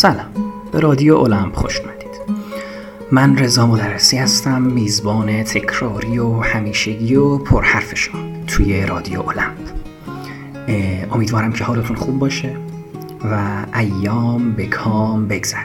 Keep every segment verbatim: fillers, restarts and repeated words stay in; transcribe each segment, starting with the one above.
سلام، به رادیو المپ خوش اومدید. من رضا مدرسی هستم، میزبان تکراری و همیشگی و پرحرف شما توی رادیو المپ. امیدوارم که حالتون خوب باشه و ایام به کام بگذره.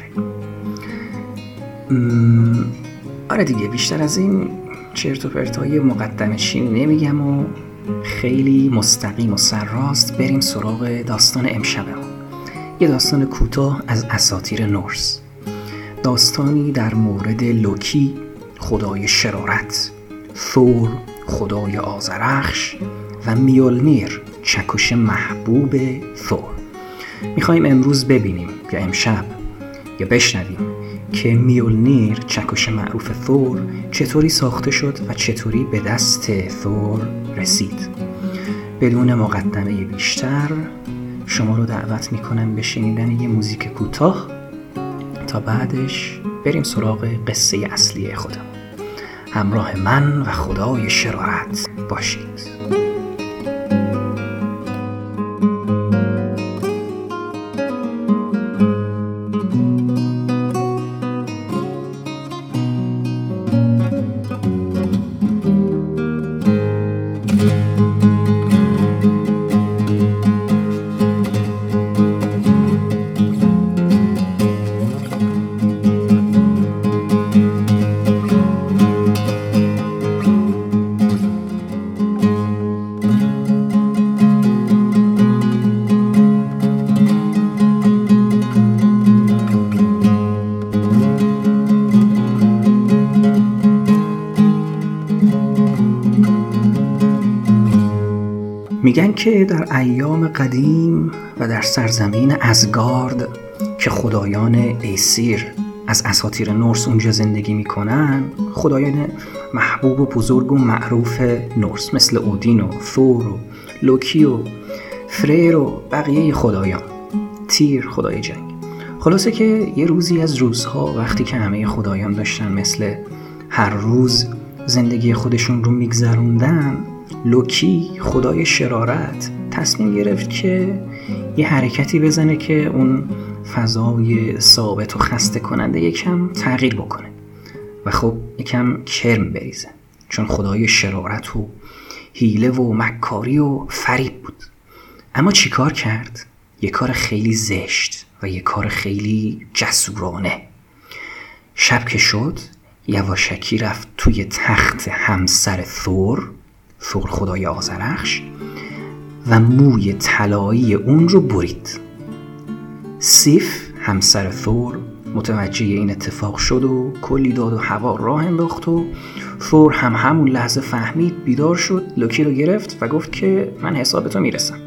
آره دیگه، بیشتر از این چرت و پرتای مقدمه چینی نمیگم و خیلی مستقیم و سرراست بریم سراغ داستان امشبمون. یه داستان کوتاه از اساطیر نورس، داستانی در مورد لوکی خدای شرارت، ثور خدای آذرخش و میولنیر چکش محبوب ثور. میخوایم امروز ببینیم یا امشب یا بشنویم که میولنیر چکش معروف ثور چطوری ساخته شد و چطوری به دست ثور رسید. بدون مقدمه بیشتر شما رو دعوت میکنم به شنیدن یه موزیک کوتاه تا بعدش بریم سراغ قصه اصلی خودمون. همراه من و خدای شرارت باشید. میگن که در ایام قدیم و در سرزمین ازگارد که خدایان ایسیر از اساطیر نورس اونجا زندگی میکنن، خدایان محبوب و بزرگ و معروف نورس مثل اودین و ثور و لوکی و فریر و بقیه خدایان، تیر خدای جنگ. خلاصه که یه روزی از روزها وقتی که همه خدایان داشتن مثل هر روز زندگی خودشون رو میگذروندن، لوکی خدای شرارت تصمیم گرفت که یه حرکتی بزنه که اون فضای ثابت و خسته کننده یکم تغییر بکنه و خب یکم کرم بریزه، چون خدای شرارت و حیله و مکاری و فریب بود. اما چی کار کرد؟ یه کار خیلی زشت و یه کار خیلی جسورانه. شب که شد یواشکی رفت توی تخت همسر ثور، ثور خدای آذرخش، و موی طلایی اون رو برید. سیف همسر ثور متوجه این اتفاق شد و کلی داد و هوا راه انداخت و ثور هم همون لحظه فهمید، بیدار شد، لوکی رو گرفت و گفت که من حسابتو میرسم.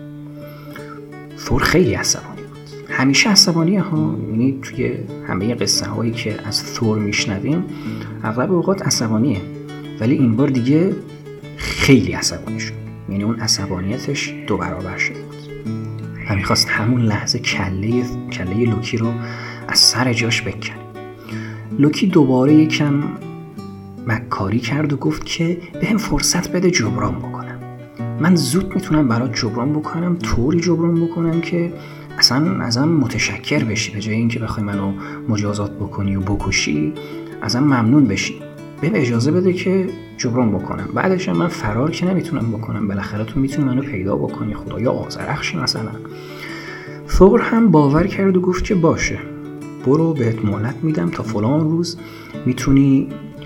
ثور خیلی عصبانی بود، همیشه عصبانیه ها، یعنی توی همه قصه هایی که از ثور میشنویم اغلب اوقات عصبانیه، ولی این بار دیگه خیلی عصبانی شد، یعنی اون عصبانیتش دو برابر شده بود و میخواست همون لحظه کله کله لوکی رو از سر جاش بکنه. لوکی دوباره یکم مکاری کرد و گفت که بهم فرصت بده جبران بکنم، من زود میتونم برات جبران بکنم، طوری جبران بکنم که اصلا ازم متشکر بشی، به جای اینکه بخوای منو مجازات بکنی و بکشی ازم ممنون بشی. بهم اجازه بده که جبران بکنم، بعدش من فرار که نمیتونم بکنم، بالاخره تو میتونی منو پیدا بکنی، خدای آذرخش مثلا. ثور هم باور کرد و گفت که باشه، برو بهت مهلت میدم تا فلان روز میتونی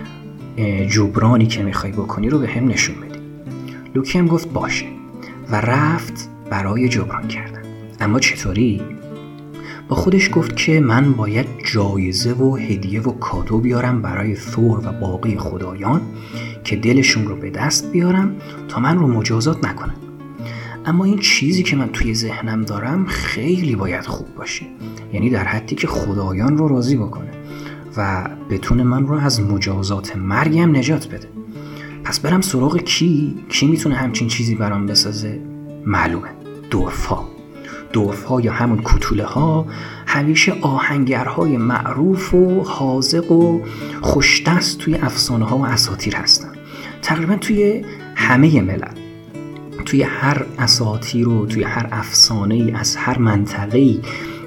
جبرانی که میخوای بکنی رو به هم نشون بدی. لوکی هم گفت باشه و رفت برای جبران کردن. اما چطوری؟ با خودش گفت که من باید جایزه و هدیه و کادو بیارم برای ثور و باقی خدایان که دلشون رو به دست بیارم تا من رو مجازات نکنن. اما این چیزی که من توی ذهنم دارم خیلی باید خوب باشه، یعنی در حدی که خدایان رو راضی بکنه و بتونه من رو از مجازات مرگم نجات بده. پس برم سراغ کی؟ کی میتونه همچین چیزی برام بسازه؟ معلومه، دورف‌ها. دورف‌ها یا همون کوتوله ها همیشه آهنگرهای معروف و حاذق و خوشدست توی افسانه ها و اساطیر هستن. تقریبا توی همه ملل، توی هر اساطیر و توی هر افسانه‌ای از هر منطقه‌ای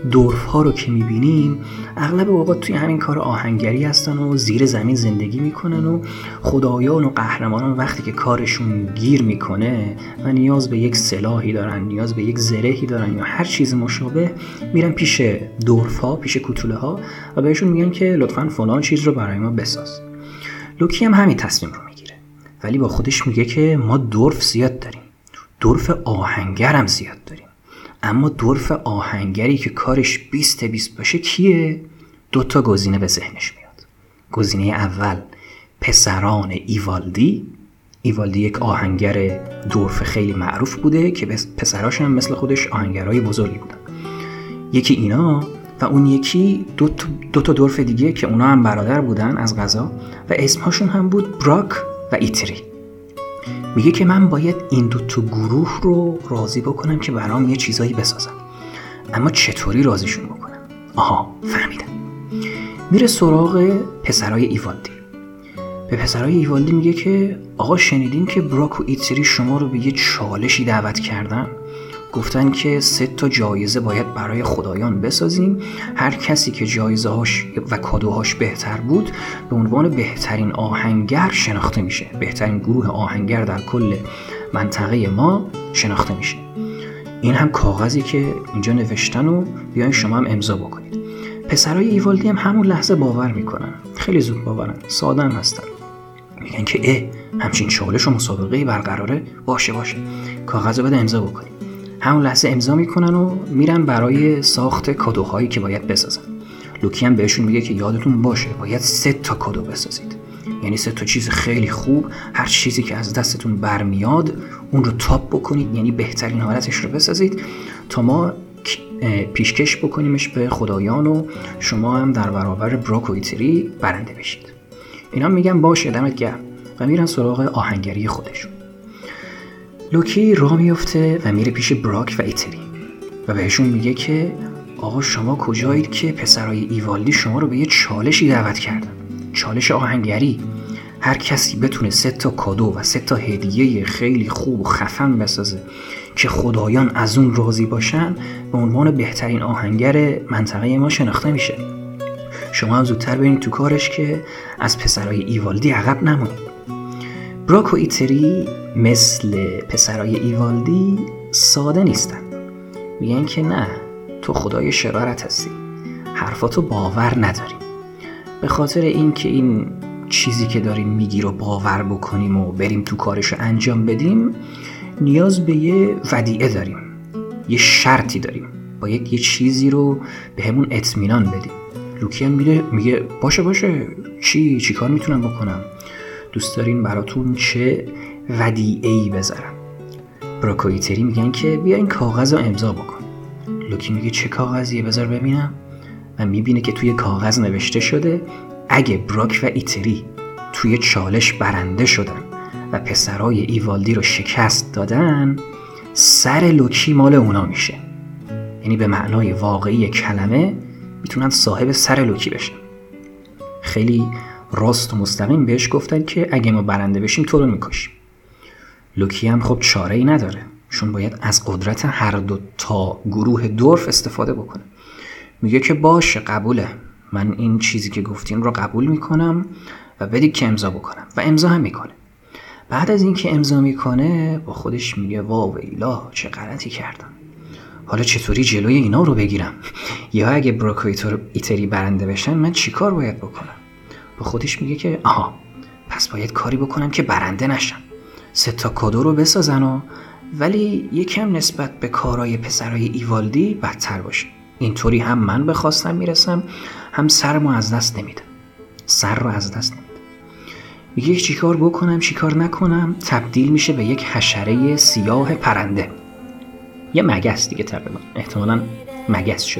دورف ها رو که میبینیم اغلب اوقات توی همین کار آهنگری هستن و زیر زمین زندگی میکنن و خدایان و قهرمانان وقتی که کارشون گیر میکنه و نیاز به یک سلاحی دارن، نیاز به یک زرهی دارن یا هر چیز مشابه، میرن پیش دورف ها، پیش کوتوله ها و بهشون میگن که لطفاً فلان چیز رو برای ما بساز. لوکی هم همین تصمیم رو میگیره، ولی با خودش میگه که ما دورف زیاد داریم، دورف آهنگر هم زیاد داریم، اما دورف آهنگری که کارش بیست بیست باشه کیه؟ دو تا گزینه به ذهنش میاد. گزینه اول پسران ایوالدی. ایوالدی یک آهنگر دورف خیلی معروف بوده که پسراش هم مثل خودش آهنگرای بزرگی بودن. یکی اینا و اون یکی دو تا, دو تا دورف دیگه که اونا هم برادر بودن از قضا و اسمهاشون هم بود براک و ایتری. میگه که من باید این دو تا گروه رو راضی بکنم که برام یه چیزایی بسازم، اما چطوری راضیشون بکنم؟ آها فهمیدم. میره سراغ پسرای ایوالدی. به پسرای ایوالدی میگه که آقا شنیدیم که براک و ایتری شما رو به یه چالشی دعوت کردن، گفتن که سه تا جایزه باید برای خدایان بسازیم، هر کسی که جایزه هاش و کادوهاش بهتر بود به عنوان بهترین آهنگر شناخته میشه، بهترین گروه آهنگر در کل منطقه ما شناخته میشه. این هم کاغذی که اینجا نوشتن و بیاین شما هم امضا بکنید. پسرای ایوالدی هم همون لحظه باور میکنن، خیلی زود باورن، ساده هم هستن. میگن که اه همچین چالش و مسابقه‌ای برقراره، باشه باشه کاغذو بده امضا بکنید. همون لحظه امضا میکنن و میرن برای ساخت کادوهایی که باید بسازن. لوکی هم بهشون میگه که یادتون باشه باید سه تا کادو بسازید، یعنی سه تا چیز خیلی خوب، هر چیزی که از دستتون برمیاد اون رو تاپ بکنید، یعنی بهترین حالتش رو بسازید تا ما پیشکش بکنیمش به خدایان و شما هم در برابر براک و ایتری برنده بشید. اینا میگن باشه دمت گرم و میرن سراغ آهنگری خودشون. لوکی راه میفته و میره پیش براک و ایتری و بهشون میگه که آقا شما کجایید که پسرای ایوالدی شما رو به یه چالشی دعوت کردن، چالش آهنگری، هر کسی بتونه سه تا کادو و سه تا هدیه خیلی خوب و خفن بسازه که خدایان از اون راضی باشن به عنوان بهترین آهنگر منطقه ما شناخته میشه. شما هم زودتر برید تو کارش که از پسرای ایوالدی عقب نمونید. براک و ایتری مثل پسرای ایوالدی ساده نیستن، میگن که نه تو خدای شرارت هستی، حرفاتو باور نداریم، به خاطر این که این چیزی که داریم میگی رو باور بکنیم و بریم تو کارش رو انجام بدیم نیاز به یه ودیعه داریم، یه شرطی داریم، باید یه چیزی رو به همون اطمینان بدیم. لوکی هم میگه میگه باشه باشه چی چی کار میتونم بکنم، دوست دارین براتون چه ودیعه‌ای بذارم؟ براک و ایتری میگن که بیا این کاغذ رو امضا بکن. لوکی میگه چه کاغذیه بذار ببینم و میبینه که توی کاغذ نوشته شده اگه براک و ایتری توی چالش برنده شدن و پسرای ایوالدی رو شکست دادن سر لوکی مال اونا میشه، یعنی به معنای واقعی کلمه میتونن صاحب سر لوکی بشن. خیلی راست و مستقیم بهش گفتن که اگه ما برنده بشیم تو رو میکشیم. لوکی هم خب چاره‌ای نداره چون باید از قدرت هر دو تا گروه دورف استفاده بکنه. میگه که باشه قبوله، من این چیزی که گفتین رو قبول میکنم و بدید که امضا بکنم و امضا هم میکنه. بعد از این که امضا میکنه با خودش میگه وا ویلا چه غلطی کردم، حالا چطوری جلوی اینا رو بگیرم؟ یا اگه براک و ایتری برنده بشن من چیکار باید بکنم؟ با خودش میگه که آها پس باید کاری بکنم که برنده نشن، سه تا کادو رو بسازن و ولی یکم نسبت به کارهای پسرای ایوالدی بدتر باشه. اینطوری هم من به خواستم میرسم هم سرمو از دست نمیدم، سر رو از دست نمیدم. میگه چیکار بکنم چیکار نکنم، تبدیل میشه به یک حشره سیاه پرنده، یه مگس دیگه تقریبا، احتمالاً مگس شد.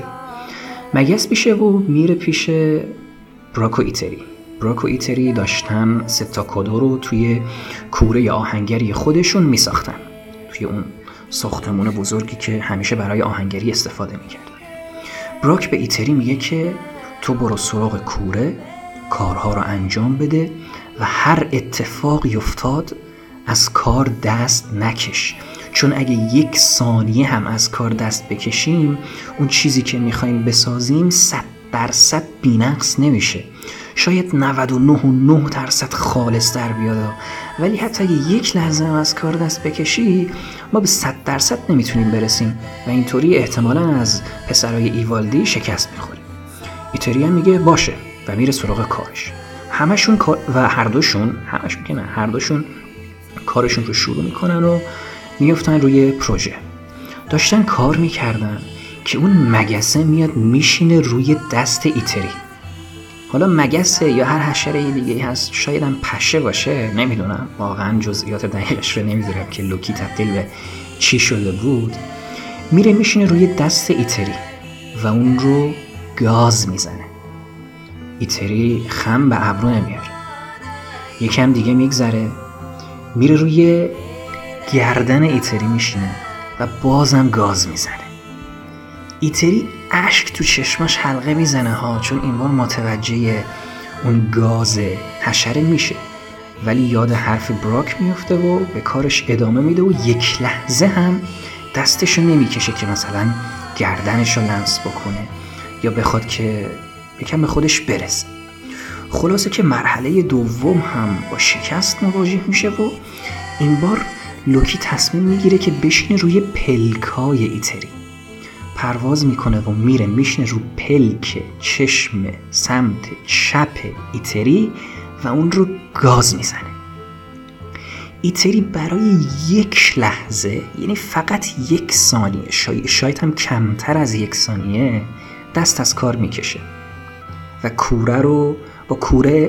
مگس میشه و میره پیش براک و ایتری. براک و ایتری داشتن سه تا کادو رو توی کوره آهنگری خودشون میساختن، توی اون ساختمون بزرگی که همیشه برای آهنگری استفاده میکردن. براک به ایتری میگه که تو برو سراغ کوره، کارها رو انجام بده و هر اتفاقی افتاد از کار دست نکش، چون اگه یک ثانیه هم از کار دست بکشیم اون چیزی که میخوایم بسازیم صد درصد بی‌نقص نمیشه. شاید نود و نه و نه درصد خالص در بیاد، ولی حتی اگه یک لحظه هم از کار دست بکشی ما به صد درصد نمیتونیم برسیم و اینطوری احتمالاً از پسرای ایوالدی شکست میخوریم. ایتری هم میگه باشه و میره سراغ کارش. همشون کار و هر دوشون همشون که نه هر دوشون کارشون رو شروع میکنن و میفتن روی پروژه. داشتن کار میکردن که اون مگسه میاد میشینه روی دست ایتری. حالا مگسه یا هر حشره دیگه هست، شاید هم پشه باشه، نمیدونم، واقعا جزئیات دقیقش رو نمیدونم که لوکی تبدیل به چی شده بود. میره میشینه روی دست ایتری و اون رو گاز میزنه. ایتری خم به ابرو نمیاره. یکم دیگه میگذره، میره روی گردن ایتری میشینه و بازم گاز میزنه. ایتری اشک تو چشماش حلقه میزنه ها، چون این بار متوجه اون گاز حشره میشه، ولی یاد حرف براک میفته و به کارش ادامه میده و یک لحظه هم دستشو نمیکشه که مثلا گردنشو لمس بکنه یا بخواد که یکم به خودش برسه. خلاصه که مرحله دوم هم با شکست مواجه میشه و این بار لوکی تصمیم میگیره که بشینه روی پلکای ایتری. پرواز میکنه و میره میشنه رو پلک چشم سمت چپ ایتری و اون رو گاز میزنه. ایتری برای یک لحظه، یعنی فقط یک ثانیه، شاید, شاید هم کمتر از یک ثانیه، دست از کار میکشه و کوره رو با کوره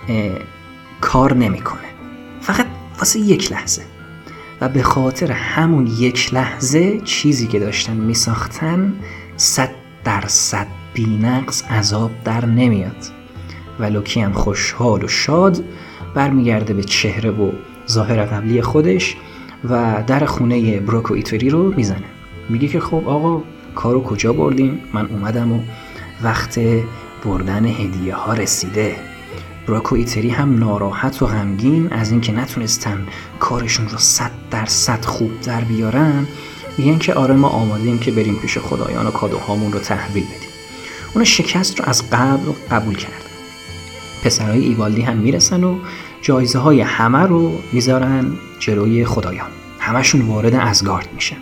کار نمیکنه، فقط واسه یک لحظه. و به خاطر همون یک لحظه چیزی که داشتن میساختن صد درصد بی‌نقص عذاب در نمیاد و لوکی هم خوشحال و شاد برمیگرده به چهره و ظاهر قبلی خودش و در خونه براک و ایتری رو میزنه. میگه که خب آقا کارو کجا بردیم؟ من اومدم و وقت بردن هدیه ها رسیده. براک و ایتری هم ناراحت و غمگین از اینکه نتونستن کارشون رو صد درصد خوب در بیارن، میگن که آره ما آماده‌ایم که بریم پیش خدایان و کادوهامون رو تحویل بدیم. اون شکست رو از قبل قبول کردن. پسرای ایوالدی هم میرسن و جایزه های همه رو میذارن جلوی خدایان. همشون وارد ازگارد میشن.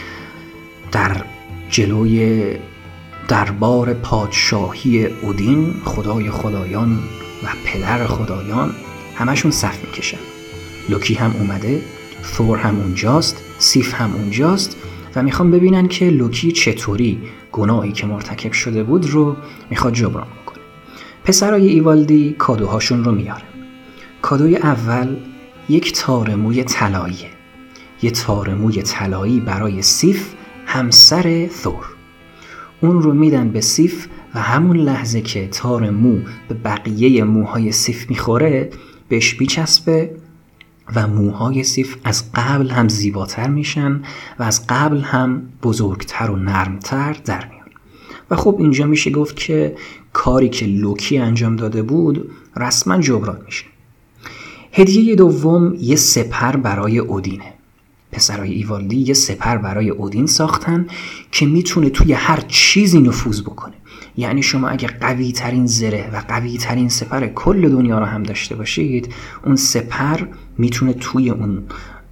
در جلوی دربار پادشاهی اودین، خدای خدایان و پدر خدایان، همشون صف میکشن. لوکی هم اومده، ثور هم اونجاست، سیف هم اونجاست و میخوان ببینن که لوکی چطوری گناهی که مرتکب شده بود رو میخواد جبران کنه. پسرای ایوالدی کادوهاشون رو میارن. کادوی اول یک تار موی طلاییه. یه تار موی طلایی برای سیف، همسر ثور. اون رو میدن به سیف و همون لحظه که تار مو به بقیه موهای سیف میخوره بهش میچسبه و موهای سیف از قبل هم زیباتر میشن و از قبل هم بزرگتر و نرمتر در میان. و خب اینجا میشه گفت که کاری که لوکی انجام داده بود رسما جبران میشه. هدیه دوم یه سپر برای اودینه. پسرای ایوالدی یه سپر برای اودین ساختن که میتونه توی هر چیزی نفوذ بکنه. یعنی شما اگه قوی ترین زره و قوی ترین سپر کل دنیا رو هم داشته باشید، اون سپر میتونه توی اون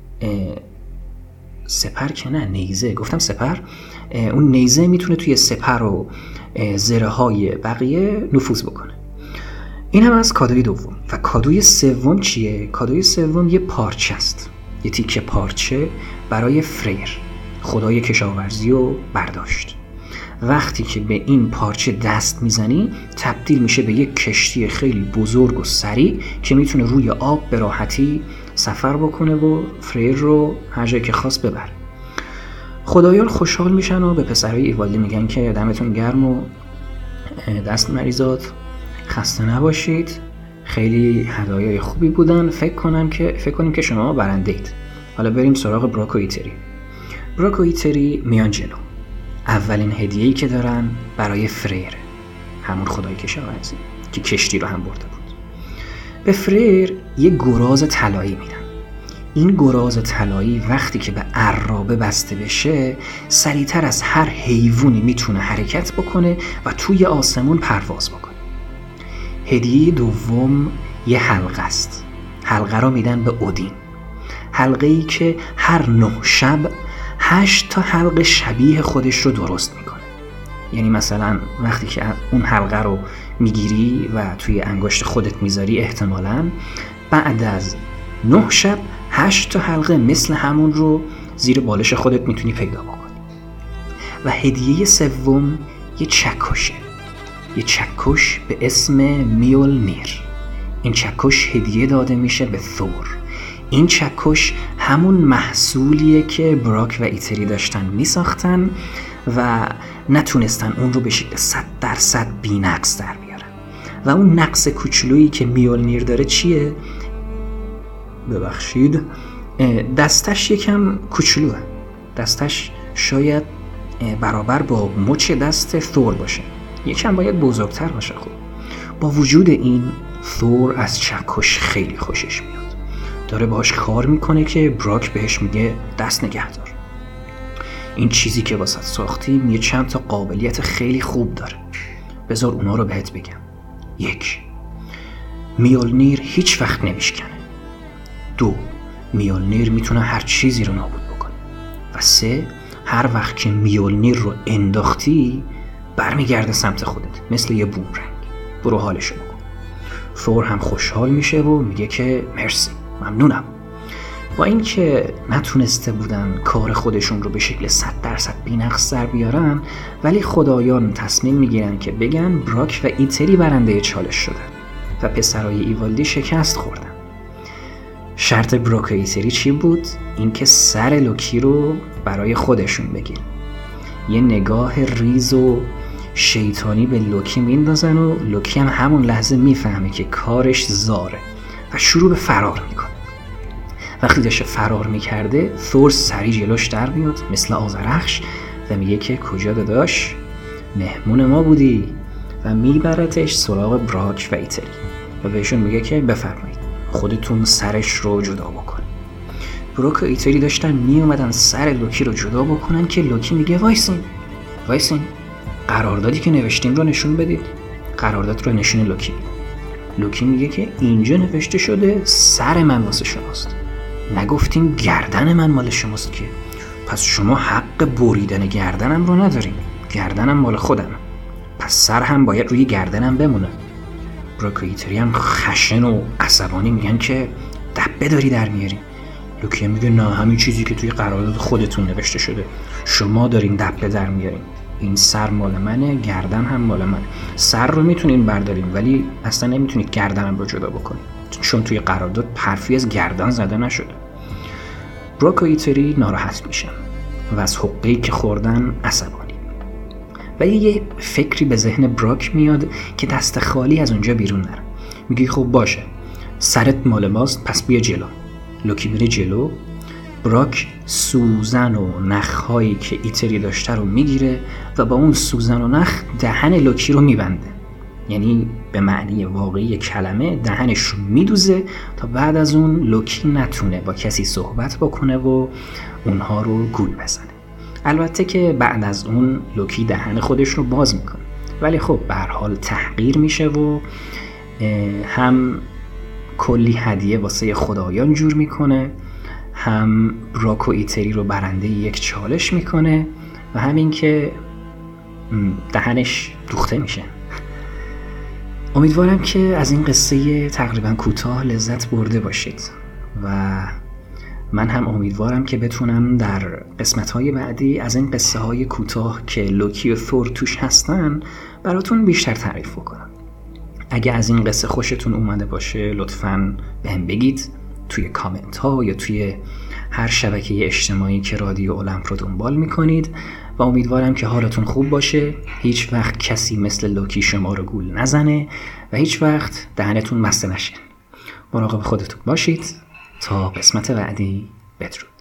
سپر که نه نیزه گفتم سپر اون نیزه میتونه توی سپر و زره های بقیه نفوذ بکنه. این هم از کادوی دوم. و کادوی سوم چیه؟ کادوی سوم یه پارچه است، یه تیکه پارچه برای فریر، خدای کشاورزی و برداشت. وقتی که به این پارچه دست میزنی تبدیل میشه به یک کشتی خیلی بزرگ و سریع که میتونه روی آب به راحتی سفر بکنه و فریر رو هر جایی که خواست ببره. خدایان خوشحال میشن و به پسرای ایوالدی میگن که دمتون گرم و دست مریضات، خسته نباشید، خیلی هدایای خوبی بودن، فکر کنم که فکر کنیم که شما برنده اید. حالا بریم سراغ براک و ایتری. براک و ایتری میان جلو. اولین هدیه‌ای که دارن برای فریر، همون خدای کشاورزی که کشتی رو هم برده بود. به فریر یه گراز طلایی میدن این گراز طلایی وقتی که به عرابه بسته بشه سریعتر از هر حیوانی میتونه حرکت بکنه و توی آسمون پرواز بکنه. هدیه دوم یه حلقه است. حلقه رو میدن به اودین. حلقه ای که هر نه شب هشت تا حلقه شبیه خودش رو درست میکنه. یعنی مثلا وقتی که اون حلقه رو میگیری و توی انگشت خودت میذاری احتمالاً بعد از نه شب هشت تا حلقه مثل همون رو زیر بالش خودت میتونی پیدا بکنی. و هدیه سوم یه چکشه. یه چکش به اسم میولنیر. این چکش هدیه داده میشه به ثور. این چکش همون محصولیه که براک و ایتری داشتن میساختن و نتونستن اون رو به شکل صد درصد بی نقص در بیارن. و اون نقص کوچولویی که میولنیر داره چیه؟ ببخشید دستش یکم کوچولوه. دستش شاید برابر با مچ دست ثور باشه، یکم باید بزرگتر باشه. خب با وجود این ثور از چکش خیلی خوشش میاد. داره باهاش کار میکنه که براک بهش میگه دست نگه دار. این چیزی که واسه ساختیم یه چند تا قابلیت خیلی خوب داره. بذار اونا رو بهت بگم. یک، میولنیر هیچ وقت نمیشکنه. دو، میولنیر میتونه هر چیزی رو نابود بکنه. و سه، هر وقت که میولنیر رو انداختی برمیگرده سمت خودت مثل یه بومرنگ. برو حالشو بکن. ثور هم خوشحال میشه و میگه که مرسی، ممنونم. با این که نتونسته بودن کار خودشون رو به شکل صد درصد بی‌نقص در بیارن، ولی خدایان تصمیم میگیرن که بگن براک و ایتری برنده چالش شدن و پسرای ایوالدی شکست خوردن. شرط براک و ایتری چی بود؟ این که سر لوکی رو برای خودشون بگیرن. یه نگاه ریز و شیطانی به لوکی میندازن و لوکی هم همون لحظه میفهمه که کارش زاره و شروع به فرار میکنه. وقتی داشته فرار میکرده ثور سریع جلوش در میاد مثل آذرخش و میگه که کجا داداش؟ مهمون ما بودی. و میبرتش سراغ براک و ایتری و بهشون میگه که بفرمایید خودتون سرش رو جدا بکن. براک و ایتری داشتن میومدن سر لوکی رو جدا بکنن که لوکی میگه وایسین وایسین قراردادی که نوشتیم رو نشون بدید. قرارداد رو نشون لوکی. لوکی میگه که اینجا نوشته شده سر من واسه شماست، نگفتیم گردن من مال شماست که، پس شما حق بریدن گردنم رو ندارین. گردنم مال خودم، پس سر هم باید روی گردنم بمونه. براک و ایتری هم خشن و عصبانی میگن که دبه داری در میاری. لوکی میگه نه، همین چیزی که توی قرارداد خودتون نوشته شده، شما دارین دبه در میارین. این سر مال منه، گردن هم مال منه. سر رو میتونین بردارین ولی اصلا نمیتونید گردنم رو جدا بکنید، چون توی قرارداد حرفی از گردن زده نشده. براک و ایتری ناراحت میشن و از حقه‌ای که خوردن عصبانی. و یه فکری به ذهن براک میاد که دست خالی از اونجا بیرون نره. میگه خب باشه، سرت مال ماست، پس بیا جلو. لوکی میره جلو. براک سوزن و نخهایی که ایتری داشته رو میگیره و با اون سوزن و نخ دهن لوکی رو میبنده. یعنی به معنی واقعی کلمه دهنش رو میدوزه تا بعد از اون لوکی نتونه با کسی صحبت بکنه و اونها رو گول بزنه. البته که بعد از اون لوکی دهن خودش رو باز میکنه، ولی خب به هر حال تحقیر میشه و هم کلی هدیه واسه خدایان جور میکنه، هم براک و ایتری رو برنده یک چالش میکنه و همین که دهنش دوخته میشه. امیدوارم که از این قصه تقریبا کوتاه لذت برده باشید و من هم امیدوارم که بتونم در قسمت‌های بعدی از این قصه های کوتاه که لوکی و ثور توش هستن براتون بیشتر تعریف بکنم. اگه از این قصه خوشتون اومده باشه لطفاً بهم بگید توی کامنت ها یا توی هر شبکه اجتماعی که رادیو المپ رو دنبال میکنید و امیدوارم که حالتون خوب باشه، هیچ وقت کسی مثل لوکی شما رو گول نزنه و هیچ وقت دهنتون بسته نشه. مراقب خودتون باشید تا قسمت بعدی. بدرود.